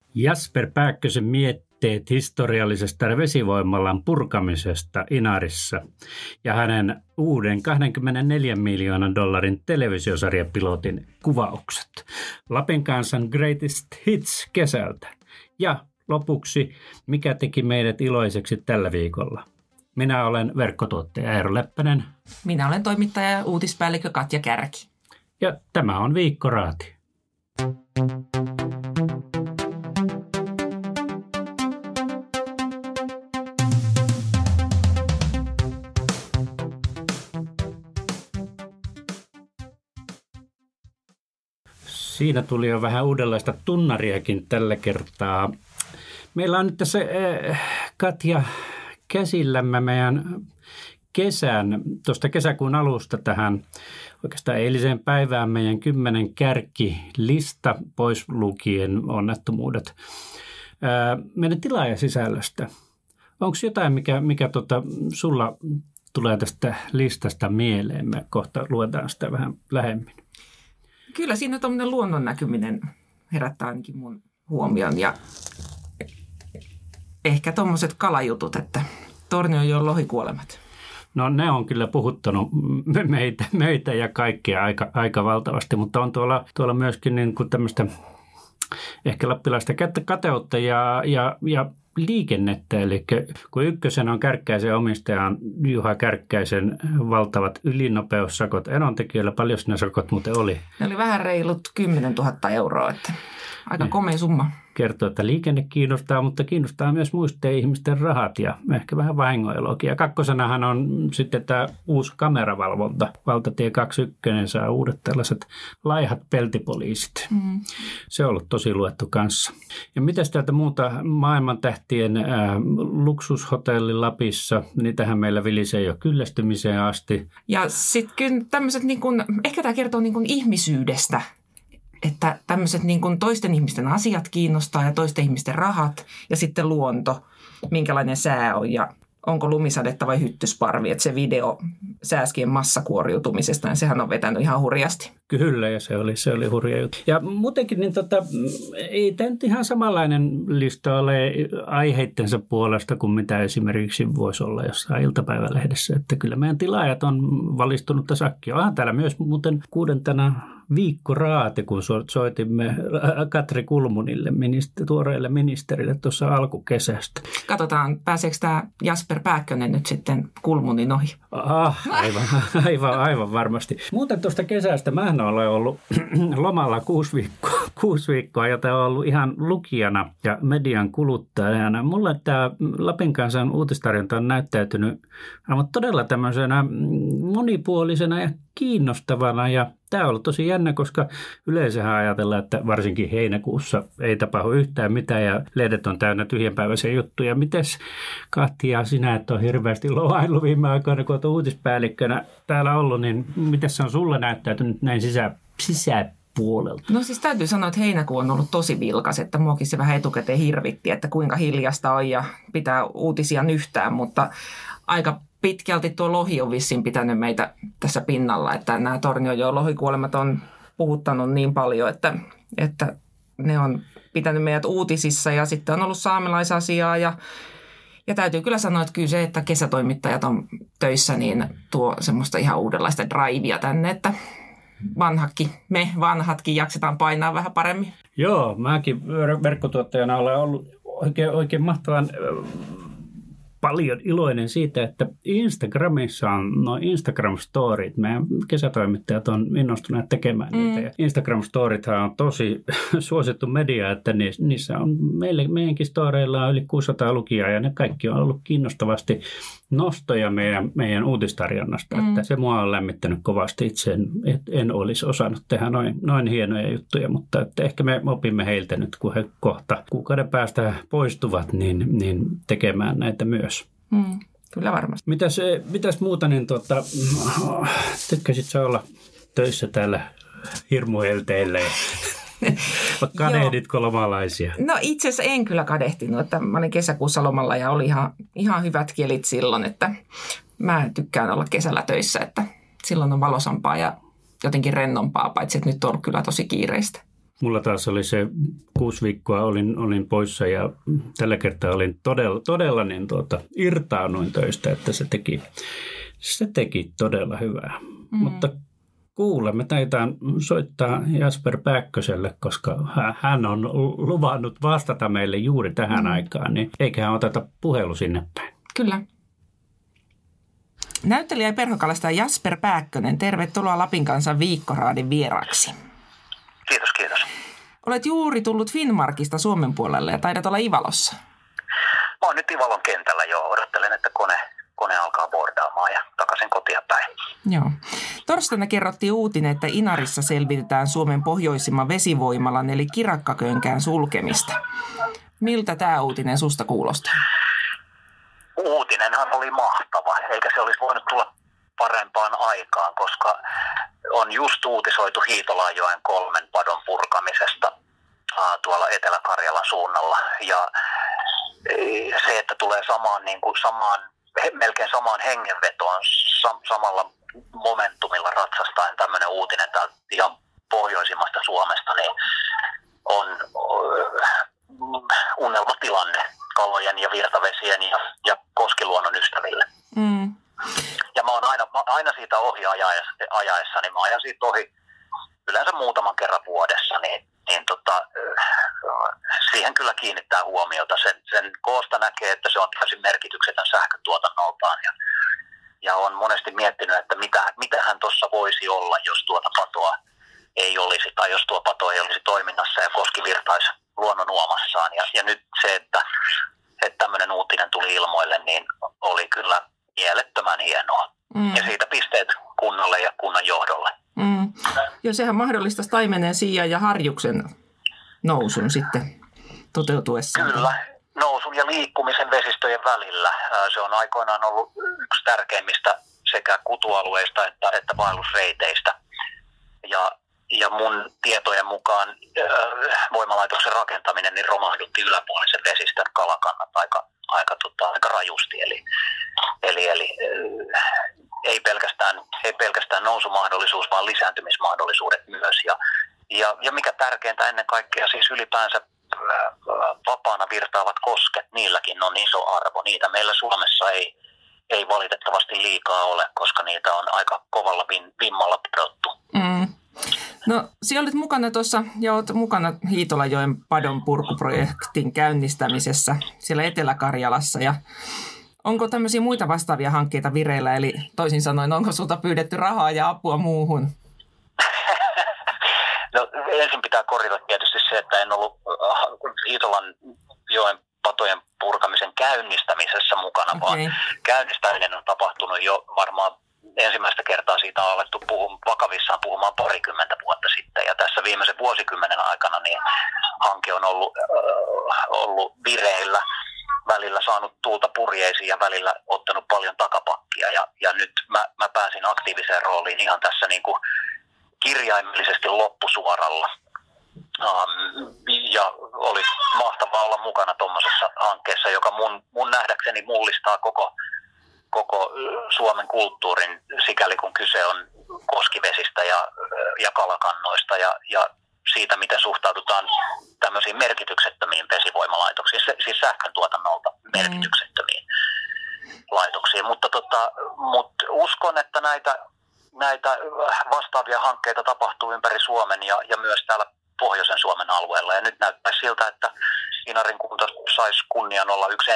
Jasper Pääkkösen mietteet historiallisesta vesivoimalan purkamisesta Inarissa ja hänen uuden 24 miljoonan dollarin televisiosarjapilotin kuvaukset. Lapin kansan Greatest Hits kesältä. Ja lopuksi, mikä teki meidät iloiseksi tällä viikolla? Minä olen verkkotuottaja Eero Leppänen. Minä olen toimittaja ja uutispäällikkö Katja Kärki. Ja tämä on Viikkoraati. Siinä tuli jo vähän uudenlaista tunnariakin tällä kertaa. Meillä on nyt tässä, Katja, käsillämme meidän tuosta kesäkuun alusta tähän oikeastaan eiliseen päivään meidän 10 kärkilista pois lukien onnettomuudet meidän tilaajasisällöstä. Onko jotain, mikä sulla tulee tästä listasta mieleen? Me kohta luetaan sitä vähän lähemmin. Kyllä siinä tuommoinen luonnon näkyminen herättää ainakin mun huomion ja ehkä tuommoiset kalajutut, että Tornionjoen lohikuolemat. No ne on kyllä puhuttanut meitä ja kaikkea aika valtavasti, mutta on tuolla myöskin niin kuin tämmöistä ehkä lappilaista kateutta ja liikennettä. Eli kun ykkösen on Kärkkäisen omistajan Juha Kärkkäisen valtavat ylinopeussakot Enontekijöllä, paljon ne sakot muuten oli? Ne oli vähän reilut 10 000 euroa, että aika komea summa. Kertoo, että liikenne kiinnostaa, mutta kiinnostaa myös muisten ihmisten rahat ja ehkä vähän vahingoiluakin. Ja kakkosenahan on sitten tämä uusi kameravalvonta. Valtatie 21 saa uudet tällaiset laihat peltipoliisit. Se on ollut tosi luettu kanssa. Ja mitäs täältä muuta maailmantähtien luksushotelli Lapissa, niitähän meillä vilisee jo kyllästymiseen asti. Ja sitten kyllä tämmöiset, niin kun, ehkä tämä kertoo niin kun ihmisyydestä. Että tämmöiset niin kuin toisten ihmisten asiat kiinnostaa ja toisten ihmisten rahat ja sitten luonto, minkälainen sää on ja onko lumisadetta vai hyttysparvi. Että se video sääskien massakuoriutumisesta, niin sehän on vetänyt ihan hurjasti. Kyllä, ja se oli hurja juttu. Ja muutenkin, niin ei tämä nyt ihan samanlainen lista ole aiheittensa puolesta kuin mitä esimerkiksi voisi olla jossain iltapäivälehdessä. Että kyllä meidän tilaajat on valistunutta sakkia. Onhan täällä myös muuten 6. Viikkoraati, kun soitimme Katri Kulmunille, tuoreelle ministerille tuossa alkukesästä. Katsotaan, pääseekö tämä Jasper Pääkkönen nyt sitten Kulmunin ohi? Aivan varmasti. Muuten tuosta kesästä mähän olen ollut lomalla 6 viikkoa, jota on ollut ihan lukijana ja median kuluttajana. Mulle tämä Lapin kansan uutistarjonta on näyttäytynyt aivan todella tämmöisenä monipuolisena ja kiinnostavana ja tämä on ollut tosi jännä, koska yleensähän ajatellaan, että varsinkin heinäkuussa ei tapahdu yhtään mitään ja lehdet on täynnä tyhjänpäiväisiä juttuja. Mites Katja, sinä et ole hirveästi lohaillut viime aikoina, kun olet uutispäällikkönä täällä ollut, niin miten se on sulla näyttäytynyt näin sisäpuolelta? No siis täytyy sanoa, että heinäkuu on ollut tosi vilkas, että muakin se vähän etukäteen hirvitti, että kuinka hiljasta on ja pitää uutisia nyhtää, mutta aika pitkälti tuo lohi on vissiin pitänyt meitä tässä pinnalla, että nämä Tornionjoen lohikuolemat on puhuttanut niin paljon, että ne on pitänyt meidät uutisissa ja sitten on ollut saamelaisasiaa ja täytyy kyllä sanoa, että kyllä se, että kesätoimittajat on töissä, niin tuo semmoista ihan uudenlaista drivea tänne, että me vanhatkin jaksetaan painaa vähän paremmin. Joo, mäkin verkkotuottajana olen ollut oikein mahtavan paljon iloinen siitä, että Instagramissa on nuo Instagram-storit. Meidän kesätoimittajat on innostuneet tekemään niitä. Ja Instagram-storithan on tosi suosittu media, että niissä on meidänkin storeilla on yli 600 lukijaa ja ne kaikki on ollut kiinnostavasti nostoja meidän uutistarjonnasta. Että se mua on lämmittänyt kovasti. Itse en olisi osannut tehdä noin hienoja juttuja, mutta että ehkä me opimme heiltä nyt, kun he kohta kuukauden päästä poistuvat, niin tekemään näitä myös. Kyllä varmasti. Mitäs muuta, niin tykkäsit sä olla töissä täällä hirmuhelteillä? Vai kadehditko lomalaisia? No itse asiassa en kyllä kadehtinut, että mä olin kesäkuussa lomalla ja oli ihan hyvät kielit silloin, että mä tykkään olla kesällä töissä, että silloin on valosampaa ja jotenkin rennompaa, paitsi että nyt on ollut kyllä tosi kiireistä. Mulla taas oli se 6 viikkoa olin poissa ja tällä kertaa olin todella niin irtaunuin töistä, että se teki todella hyvää. Mutta kuule, me taitaan soittaa Jasper Pääkköselle, koska hän on luvannut vastata meille juuri tähän aikaan, niin eiköhän oteta puhelu sinne päin. Kyllä. Näyttelijä ja perhokalastaja Jasper Pääkkönen, tervetuloa Lapin Kansan Viikkoraadin vieraksi. Kiitos. Olet juuri tullut Finnmarkista Suomen puolelle ja taidat olla Ivalossa. Mä oon nyt Ivalon kentällä jo. Odottelen, että kone alkaa bordaamaan ja takaisin kotia päin. Joo. Torstaina kerrottiin uutinen, että Inarissa selvitetään Suomen pohjoisimman vesivoimalan eli Kirakkakönkään sulkemista. Miltä tämä uutinen susta kuulostaa? Uutinenhan oli mahtava, eikä se olisi voinut tulla parempaan aikaan, koska on just uutisoitu Hiitolanjoen 3 padon purkamisesta tuolla Etelä-Karjalan suunnalla. Ja se, että tulee melkein samaan hengenvetoon, samalla momentumilla ratsastaen tämmöinen uutinen täältä ihan pohjoisimmasta Suomesta, niin on unelmatilanne kalojen ja virtavesien ja koskiluonnon ystäville. Ja mä oon aina siitä ohi ajaessa, niin mä ajan siitä ohi yleensä muutaman kerran vuodessa, niin siihen kyllä kiinnittää huomiota. Sen koosta näkee, että se on täysin merkityksetön sähkötuotannoltaan ja on monesti miettinyt, että mitähän tuossa voisi olla, jos tuota patoa ei olisi tai jos tuo pato ei olisi toiminnassa ja koski virtaisi luonnon uomassaan. Ja nyt se, että tämmöinen uutinen tuli ilmoille, niin oli kyllä mielettömän hienoa. Ja siitä pisteet kunnalle ja kunnan johdolle. Ja sehän mahdollistaisi taimenen, siian ja harjuksen nousun sitten toteutuessaan. Kyllä, nousun ja liikkumisen vesistöjen välillä. Se on aikoinaan ollut yksi tärkeimmistä sekä kutualueista että vaellusreiteistä. Ja mun tietojen mukaan voimalaitoksen rakentaminen niin romahdutti yläpuolisen vesistön kalakannat aika rajusti. Eli ei pelkästään nousumahdollisuus, vaan lisääntymismahdollisuudet myös. Ja mikä tärkeintä ennen kaikkea, siis ylipäänsä vapaana virtaavat kosket, niilläkin on iso arvo. Niitä meillä Suomessa ei valitettavasti liikaa ole, koska niitä on aika kovalla vimmalla pidottu. No, sinä olit mukana tuossa ja olet mukana Hiitolanjoen padon purkuprojektin käynnistämisessä siellä Etelä-Karjalassa. Ja onko tämmöisiä muita vastaavia hankkeita vireillä, eli toisin sanoen, onko sinulta pyydetty rahaa ja apua muuhun? No, ensin pitää korjata tietysti se, että en ollut Hiitolanjoen patojen purkamisen käynnistämisessä mukana, vaan käynnistäminen on tapahtunut jo varmaan ensimmäistä kertaa siitä on alettu vakavissaan puhumaan 20 vuotta sitten. Ja tässä viimeisen vuosikymmenen aikana niin hanke on ollut vireillä, välillä saanut tuulta purjeisiin ja välillä ottanut paljon takapakkia. Ja nyt mä pääsin aktiiviseen rooliin ihan tässä niin kuin kirjaimellisesti loppusuoralla. Ja oli mahtavaa olla mukana tuommoisessa hankkeessa, joka mun nähdäkseni mullistaa koko Suomen kulttuurin, sikäli kun kyse on koskivesistä ja kalakannoista ja siitä, miten suhtaudutaan tämmöisiin merkityksettömiin vesivoimalaitoksiin, siis sähkön tuotannolta merkityksettömiin laitoksiin. Mutta uskon, että näitä vastaavia hankkeita tapahtuu ympäri Suomen ja myös täällä pohjoisen Suomen alueella. Ja nyt näyttää siltä, että Inarin kunta saisi kunnian olla yksi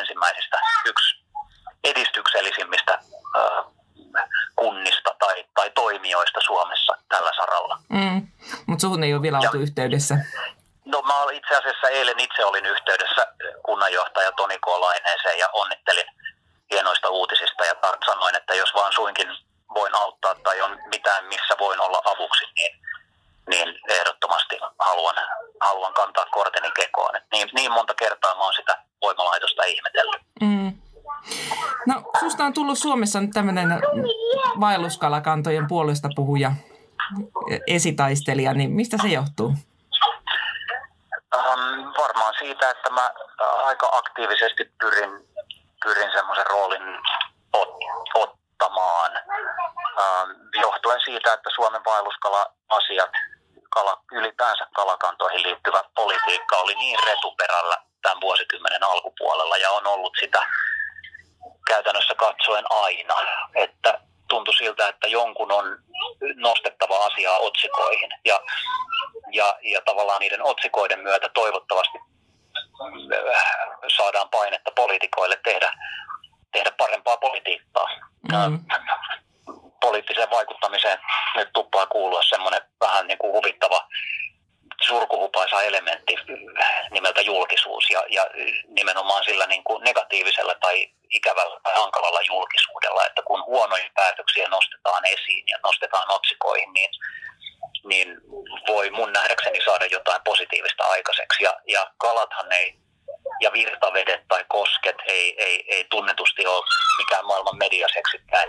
edistyksellisimmistä kunnista tai toimijoista Suomessa tällä saralla. Mutta suhun ei ole vielä oltu yhteydessä. No mä itse asiassa eilen itse olin yhteydessä kunnanjohtaja Toni K. Laineeseen ja onnittelin hienoista uutisista ja sanoin, että jos vaan suinkin voin auttaa tai on mitään missä voin olla avuksi, niin ehdottomasti haluan kantaa korteni kekoon. Niin monta kertaa mä oon sitä voimalaitosta ihmetellyt. No, susta on tullut Suomessa nyt tämmöinen vaelluskalakantojen puolesta puhuja, esitaistelija, niin mistä se johtuu? Varmaan siitä, että mä aika aktiivisesti pyrin semmoisen roolin ottamaan. Johtuen siitä, että Suomen vaelluskala-asiat ylipäänsä kalakantoihin liittyvä politiikka oli niin retuperällä tämän vuosikymmenen alkupuolella ja on ollut sitä käytännössä katsoen aina, että tuntui siltä, että jonkun on nostettava asiaa otsikoihin ja tavallaan niiden otsikoiden myötä toivottavasti saadaan painetta poliitikoille tehdä parempaa politiikkaa. Poliittiseen vaikuttamiseen nyt tuppaa kuulua semmoinen vähän niin kuin huvittava surkuhupaisa elementti nimeltä julkisuus ja nimenomaan sillä niin kuin negatiivisella tai ikävällä tai hankalalla julkisuudella, että kun huonoja päätöksiä nostetaan esiin ja nostetaan otsikoihin, niin voi mun nähdäkseni saada jotain positiivista aikaiseksi. Ja kalathan ei, ja virtavedet tai kosket ei tunnetusti ole mikään maailman mediaseksikkäin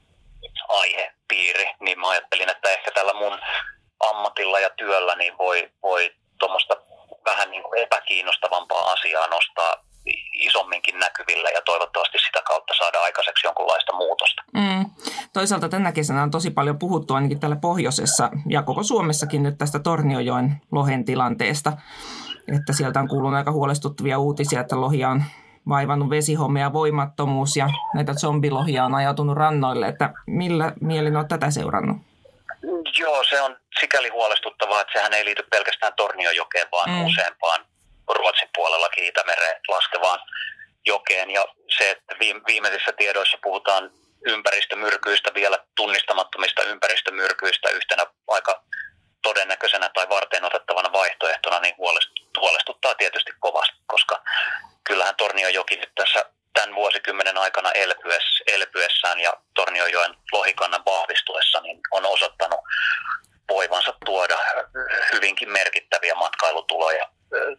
aihepiiri, niin mä ajattelin, että ehkä tällä mun ammatilla ja työllä niin voi tuommoista vähän niin kuin epäkiinnostavampaa asiaa nostaa isomminkin näkyvillä ja toivottavasti sitä kautta saada aikaiseksi jonkunlaista muutosta. Toisaalta tänä kesänä on tosi paljon puhuttu ainakin täällä pohjoisessa ja koko Suomessakin nyt tästä Tornionjoen lohen tilanteesta, että sieltä on kuulunut aika huolestuttavia uutisia, että lohia on vaivannut vesihome ja voimattomuus ja näitä zombilohia on ajautunut rannoille, että millä mielin olet tätä seurannut? Joo, se on sikäli huolestuttavaa, että sehän ei liity pelkästään Tornionjokeen, vaan useampaan Ruotsin puolellakin Itämereen laskevaan jokeen. Ja se, että viimeisissä tiedoissa puhutaan ympäristömyrkyistä, vielä tunnistamattomista ympäristömyrkyistä yhtenä aika todennäköisenä tai varten otettavana vaihtoehtona, niin huolestuttaa tietysti kovasti, koska kyllähän Tornionjoki nyt tässä tämän vuosikymmenen aikana elpyessään ja Tornionjoen lohikannan vahvistuessa niin on osoittanut voivansa tuoda hyvinkin merkittäviä matkailutuloja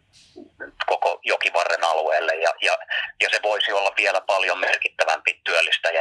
koko jokivarren alueelle ja se voisi olla vielä paljon merkittävämpi työllistäjä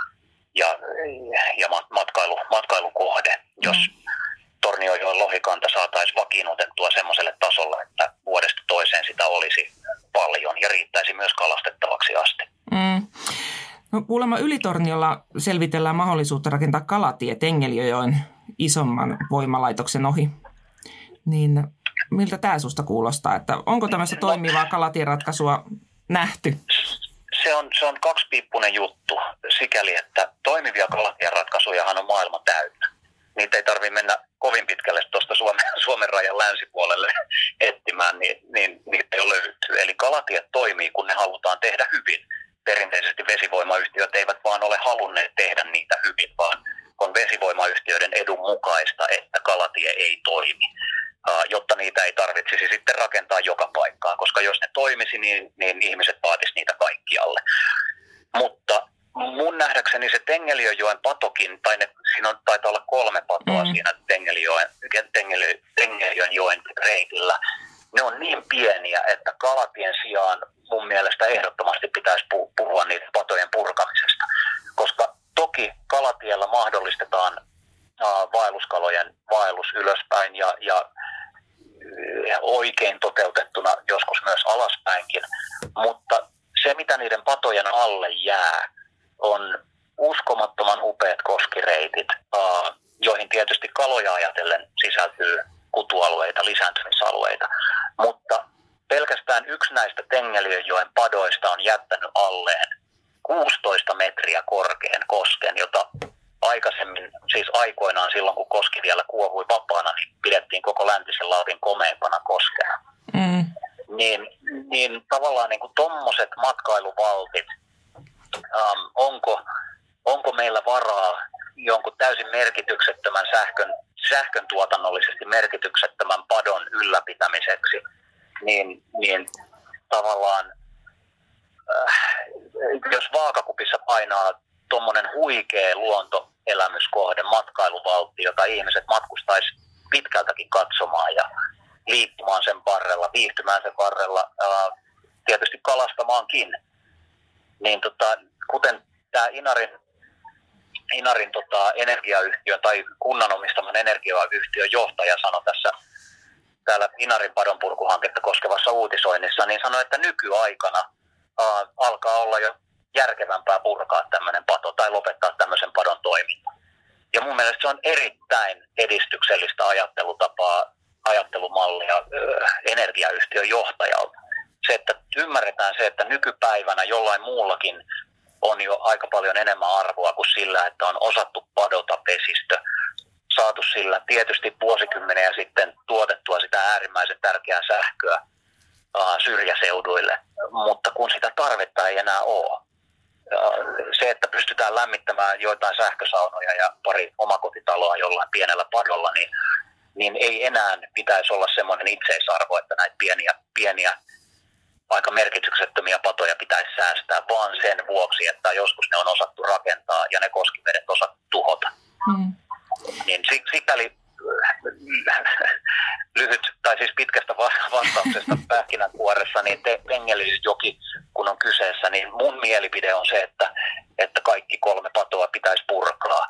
ja matkailukohde, jos Tornionjoen lohikanta saataisiin vakiinnutettua semmoiselle tasolle, että vuodesta toiseen sitä olisi paljon ja riittäisi myös kalastettavaksi asti. No, kuulemma Ylitorniolla selvitellään mahdollisuutta rakentaa kalatie Tengeliöjoen isomman voimalaitoksen ohi. Niin miltä tämä susta kuulostaa? Että onko tämmöistä toimivaa kalatieratkaisua nähty? Se on kaksipiippunen juttu sikäli, että toimivia kalatieratkaisujahan on maailma täynnä. Niitä ei tarvitse mennä kovin pitkälle tuosta Suomen rajan länsipuolelle etsimään, niin niitä ei ole löytyy. Eli kalatiet toimii, kun ne halutaan tehdä hyvin. Perinteisesti vesivoimayhtiöt eivät vaan ole halunneet tehdä niitä hyvin, vaan on vesivoimayhtiöiden edun mukaista, että kalatie ei toimi, jotta niitä ei tarvitsisi sitten rakentaa joka paikkaan, koska jos ne toimisi, niin ihmiset vaatisi niitä kaikkialle. Mutta mun nähdäkseni se Tengeliöjoen patokin, siinä taitaa olla 3 patoa siinä Tengeliöjoen reitillä. Ne on niin pieniä, että kalatien sijaan mun mielestä ehdottomasti pitäisi puhua niiden patojen purkamisesta. Koska toki kalatiellä mahdollistetaan vaelluskalojen vaellus ylöspäin ja oikein toteutettuna joskus myös alaspäinkin. Mutta se, mitä niiden patojen alle jää, on uskomattoman upeat koskireitit, joihin tietysti kaloja ajatellen sisältyy kutualueita, lisääntymisalueita. Mutta pelkästään yksi näistä Tengeliöjoen padoista on jättänyt alleen 16 metriä korkean kosken, jota aikaisemmin, siis aikoinaan silloin kun koski vielä kuohui vapaana, niin pidettiin koko läntisen Lapin komeimpana koskena. Niin tavallaan niin kuin tommoset matkailuvaltit, onko meillä varaa jonkun täysin merkityksettömän sähkön tuotannollisesti merkityksettömän padon ylläpitämiseksi, niin tavallaan jos vaakakupissa painaa tuommoinen huikea luontoelämyskohde, matkailuvaltti, jota ihmiset matkustaisi pitkältäkin katsomaan ja liikkumaan sen varrella, viihtymään sen varrella, tietysti kalastamaankin, niin kuten tämä Inarin energiayhtiön tai kunnan omistaman energiayhtiön johtaja sanoi tässä täällä Inarin padonpurkuhanketta koskevassa uutisoinnissa, niin sanoi, että nykyaikana alkaa olla jo järkevämpää purkaa tämmöinen pato tai lopettaa tämmöisen padon toiminta. Ja mun mielestä se on erittäin edistyksellistä ajattelumallia energiayhtiön johtajalta. Se, että ymmärretään se, että nykypäivänä jollain muullakin on jo aika paljon enemmän arvoa kuin sillä, että on osattu padota vesistö. Saatu sillä tietysti vuosikymmeniä sitten tuotettua sitä äärimmäisen tärkeää sähköä syrjäseuduille, mutta kun sitä tarvetta ei enää ole. Se, että pystytään lämmittämään joitain sähkösaunoja ja pari omakotitaloa jollain pienellä padolla, niin ei enää pitäisi olla semmoinen itseisarvo, että näitä pieniä aika merkityksettömiä patoja pitäisi säästää, vaan sen vuoksi, että joskus ne on osattu rakentaa ja ne koskivedet osattu tuhota. Niin sikäli lyhyt, tai siis pitkästä vastauksesta pähkinänkuoressa, niin Tengellisjoki, kun on kyseessä, niin mun mielipide on se, että kaikki 3 patoa pitäisi purkaa,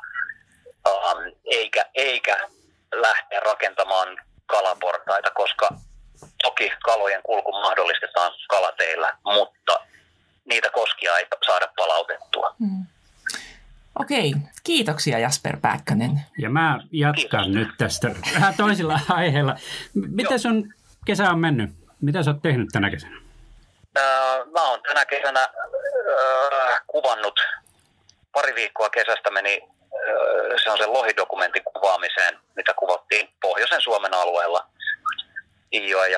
eikä lähteä rakentamaan kalaportaita, koska toki kalojen kulku mahdollistetaan kalateillä, mutta niitä koskia ei saada palautettua. Okei, kiitoksia Jasper Pääkkönen. Ja mä jatkan nyt tästä toisella aiheella. Miten sun kesä on mennyt? Mitä sä oot tehnyt tänä kesänä? Mä oon tänä kesänä kuvannut. Pari viikkoa kesästä meni se on sen lohidokumentin kuvaamiseen, mitä kuvattiin Pohjoisen Suomen alueella Iijoen ja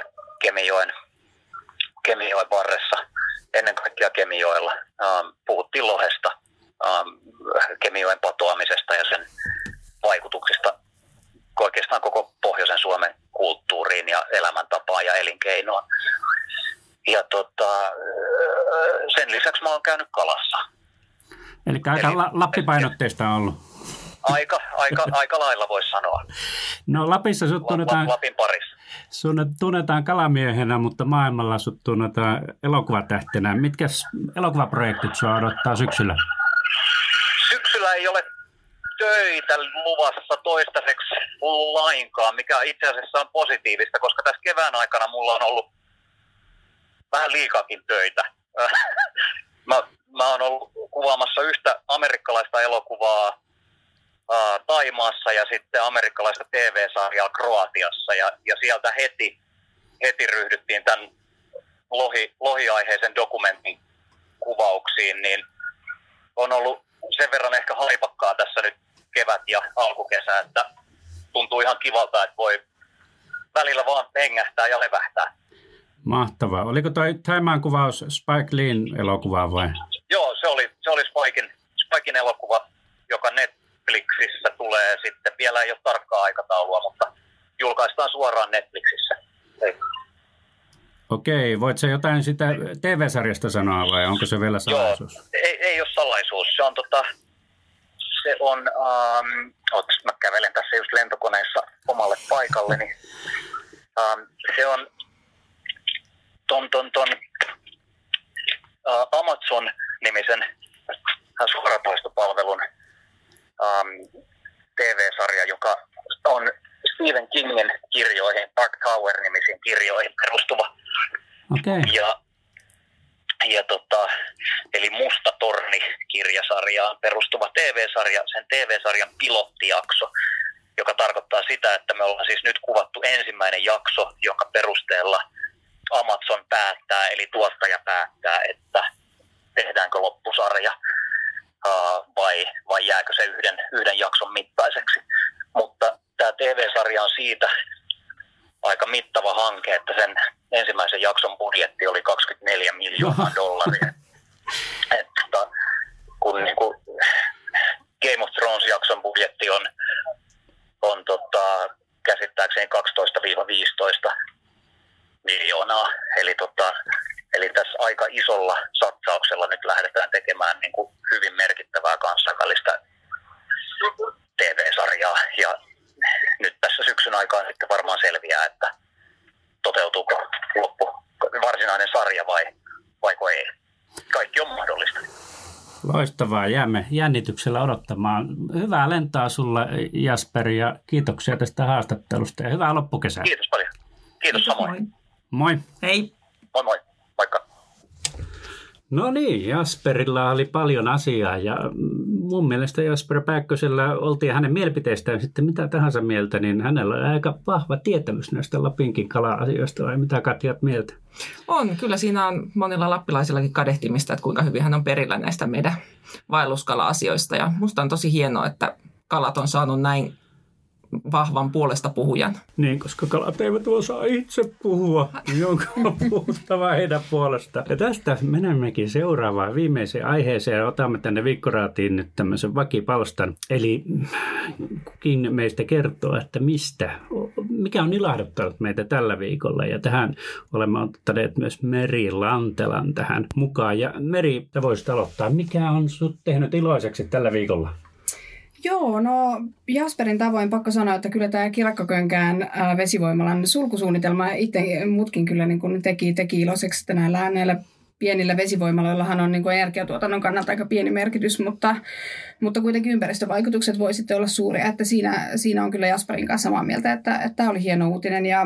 Kemijoen varressa, ennen kaikkea Kemijoella. Puhuttiin lohesta, Kemijoen patoamisesta ja sen vaikutuksista oikeastaan koko Pohjoisen Suomen kulttuuriin ja elämäntapaan ja elinkeinoon. Ja sen lisäksi mä oon käynyt kalassa. Eli aika Lappi-painotteista on ollut. Aika lailla voisi sanoa. No Lapissa sut tunnetaan, Lapin parissa. Tunnetaan kalamiehenä, mutta maailmalla sut tunnetaan elokuvatähtenä. Mitkäs elokuvaprojektit sua odottaa syksyllä? Syksyllä ei ole töitä luvassa toistaiseksi lainkaan, mikä itse asiassa on positiivista, koska tässä kevään aikana mulla on ollut vähän liikaakin töitä. Mä oon ollut kuvaamassa yhtä amerikkalaista elokuvaa Thaimaassa ja sitten amerikkalaista TV-sarjaa Kroatiassa ja sieltä heti ryhdyttiin tämän lohiaiheisen dokumentin kuvauksiin, niin on ollut sen verran ehkä haipakkaa tässä nyt kevät ja alkukesä, että tuntuu ihan kivalta, että voi välillä vaan hengähtää ja levähtää. Mahtavaa. Oliko toi Thaimaan kuvaus Spike Leen elokuva vai? Joo, se oli Spiken elokuva, joka Netflixissä tulee sitten. Vielä ei ole tarkkaa aikataulua, mutta julkaistaan suoraan Netflixissä. Okei, voit sä jotain sitä TV-sarjasta sanoa vai onko se vielä salaisuus? Joo, ei ole salaisuus. Se on mä kävelen tässä just lentokoneessa omalle paikalleni. Se on Amazon-nimisen suoratoistopalvelun TV-sarja, joka on Stephen Kingin kirjoihin, Dark Tower-nimisiin kirjoihin perustuva. Okay. Eli Musta torni-kirjasarjaan perustuva TV-sarja, sen TV-sarjan pilottijakso, joka tarkoittaa sitä, että me ollaan siis nyt kuvattu ensimmäinen jakso, jonka perusteella Amazon päättää, eli tuottaja päättää, että tehdäänkö loppusarja vai jääkö se yhden jakson mittaiseksi. Mutta tämä TV-sarja on siitä aika mittava hanke, että sen ensimmäisen jakson budjetti oli $24 miljoonaa. Kun niin kuin Game of Thrones-jakson budjetti on käsittääkseni 12-15 miljoonaa. Eli tässä aika isolla satsauksella nyt lähdetään tekemään niin kuin hyvin merkittävää kansainvälistä TV-sarjaa. Ja nyt tässä syksyn aikaan sitten varmaan selviää, että toteutuuko varsinainen sarja vaiko ei. Kaikki on mahdollista. Loistavaa. Jäämme jännityksellä odottamaan. Hyvää lentoa sulle, Jasper, ja kiitoksia tästä haastattelusta ja hyvää loppukesää. Kiitos paljon. Kiitos samoin. Moi. Hei. Moi moi. Moikka. No niin, Jasperilla oli paljon asiaa ja mun mielestä Jasper Pääkkösellä oltiin hänen mielipiteistään sitten mitä tahansa mieltä, niin hänellä oli aika vahva tietämys näistä Lapinkin kala-asioista, vai mitä Katjat mieltä? On, kyllä siinä on monilla lappilaisillakin kadehtimista, että kuinka hyvin hän on perillä näistä meidän vaelluskala-asioista. Ja musta on tosi hienoa, että kalat on saanut näin vahvan puolesta puhujan. Niin, koska kalat eivät osaa itse puhua, jonka on puhuttava heidän puolestaan. Ja tästä menemmekin seuraavaan viimeiseen aiheeseen ja otamme tänne Viikkoraatiin nyt tämmöisen vakipalstan. Eli kukin meistä kertoo, että mikä on ilahduttanut meitä tällä viikolla. Ja tähän olemme ottaneet myös Meri Lantelan tähän mukaan. Ja Meri, sä voisit aloittaa. Mikä on sut tehnyt iloiseksi tällä viikolla? Joo, no Jasperin tavoin pakko sanoa, että kyllä tämä Kirakkokönkään vesivoimalan sulkusuunnitelma itse mutkin kyllä niin kuin teki iloiseksi, että näillä pienillä vesivoimaloillahan on niin kuin energiatuotannon kannalta aika pieni merkitys, mutta kuitenkin ympäristövaikutukset voi sitten olla suuria, että siinä on kyllä Jasperin kanssa samaa mieltä, että tämä oli hieno uutinen ja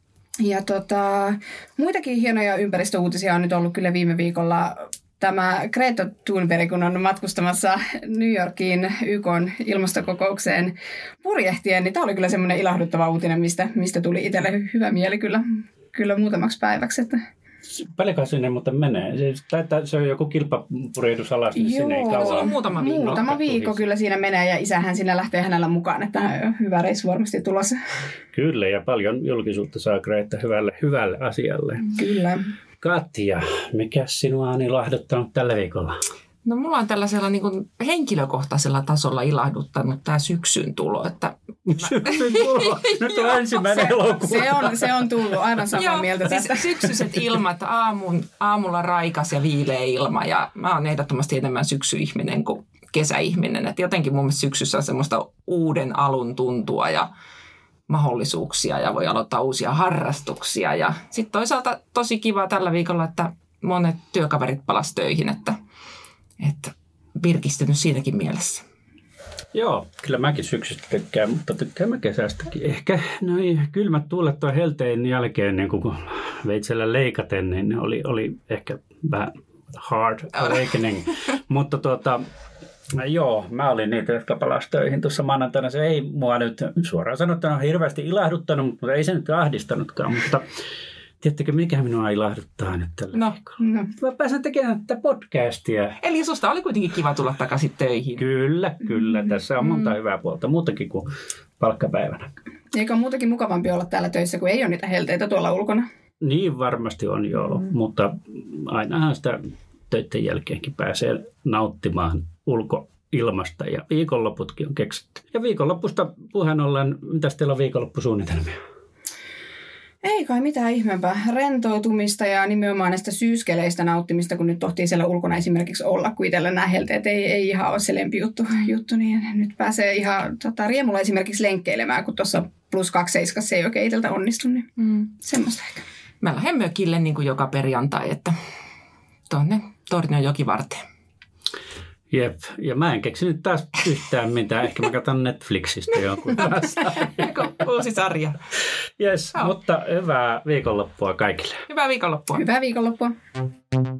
muitakin hienoja ympäristöuutisia on nyt ollut kyllä viime viikolla. Tämä Greta Thunberg, kun on matkustamassa New Yorkiin YK:n ilmastokokoukseen purjehtien, niin tämä oli kyllä semmoinen ilahduttava uutinen, mistä tuli itselle hyvä mieli kyllä muutamaksi päiväksi. Että. Paljonko sinne mutta menee? Se on joku kilpapurjehdusalas, niin sinne ei kauan. Se on muutama viikko kyllä siinä menee ja isähän siinä lähtee hänellä mukaan, että hyvä reissu varmasti tulossa. Kyllä ja paljon julkisuutta saa Greta hyvälle asialle. Kyllä. Katja, mikä sinua on ilahduttanut tällä viikolla? No mulla on tällaisella niin kuin henkilökohtaisella tasolla ilahduttanut tämä syksyn tulo. Että syksyn tulo? Nyt on ensimmäinen elokuva. Se on tullut aivan samaa mieltä tästä. Siis syksyiset ilmat, aamulla raikas ja viileä ilma ja mä oon ehdottomasti enemmän syksyihminen kuin kesäihminen. Että jotenkin mun mielestä syksyssä on semmoista uuden alun tuntua ja mahdollisuuksia ja voi aloittaa uusia harrastuksia. Ja sitten toisaalta tosi kiva tällä viikolla, että monet työkaverit palasi töihin, että virkistynyt siinäkin mielessä. Joo, kyllä mäkin syksystä tykkään, mutta tykkään mä kesästäkin. Ehkä noin kylmät tuulet tuon helteen jälkeen, niin kun veitsellä leikaten, niin oli ehkä vähän hard awakening. Mutta joo, mä olin niitä, jotka palasi töihin tuossa maanantaina. Se ei mua nyt suoraan sanottuna hirveästi ilahduttanut, mutta ei se nyt ahdistanutkaan. Mutta tiedättekö, mikä minua ilahduttaa nyt tällä viikolla? Mä pääsen tekemään tätä podcastia. Eli susta oli kuitenkin kiva tulla takaisin töihin. Kyllä. Tässä on monta hyvää puolta, muutakin kuin palkkapäivänä. Eikö ole muutakin mukavampi olla täällä töissä, kun ei ole niitä helteitä tuolla ulkona? Niin varmasti on joo, mutta ainahan sitä töiden jälkeenkin pääsee nauttimaan ulkoilmasta ja viikonloputkin on keksitty. Ja viikonloppusta puheen ollen, mitäs teillä on viikonloppusuunnitelmia? Ei kai mitään ihmeempää. Rentoutumista ja nimenomaan näistä syyskeleistä nauttimista, kun nyt tohtii siellä ulkona esimerkiksi olla, kun itsellä nämä helteet ei ihan ole se lempijuttu, niin nyt pääsee ihan riemulla esimerkiksi lenkkeilemään, kun tuossa +27 ei oikein itseltä onnistu, niin semmoista ehkä. Mä lähden mökille niin kuin joka perjantai, että tuonne Tornion jokivarteen. Jep, ja mä en keksinyt taas yhtään mitään. Ehkä mä katson Netflixistä jonkun uusi sarja. Jes, mutta hyvää viikonloppua kaikille. Hyvää viikonloppua. Hyvää viikonloppua.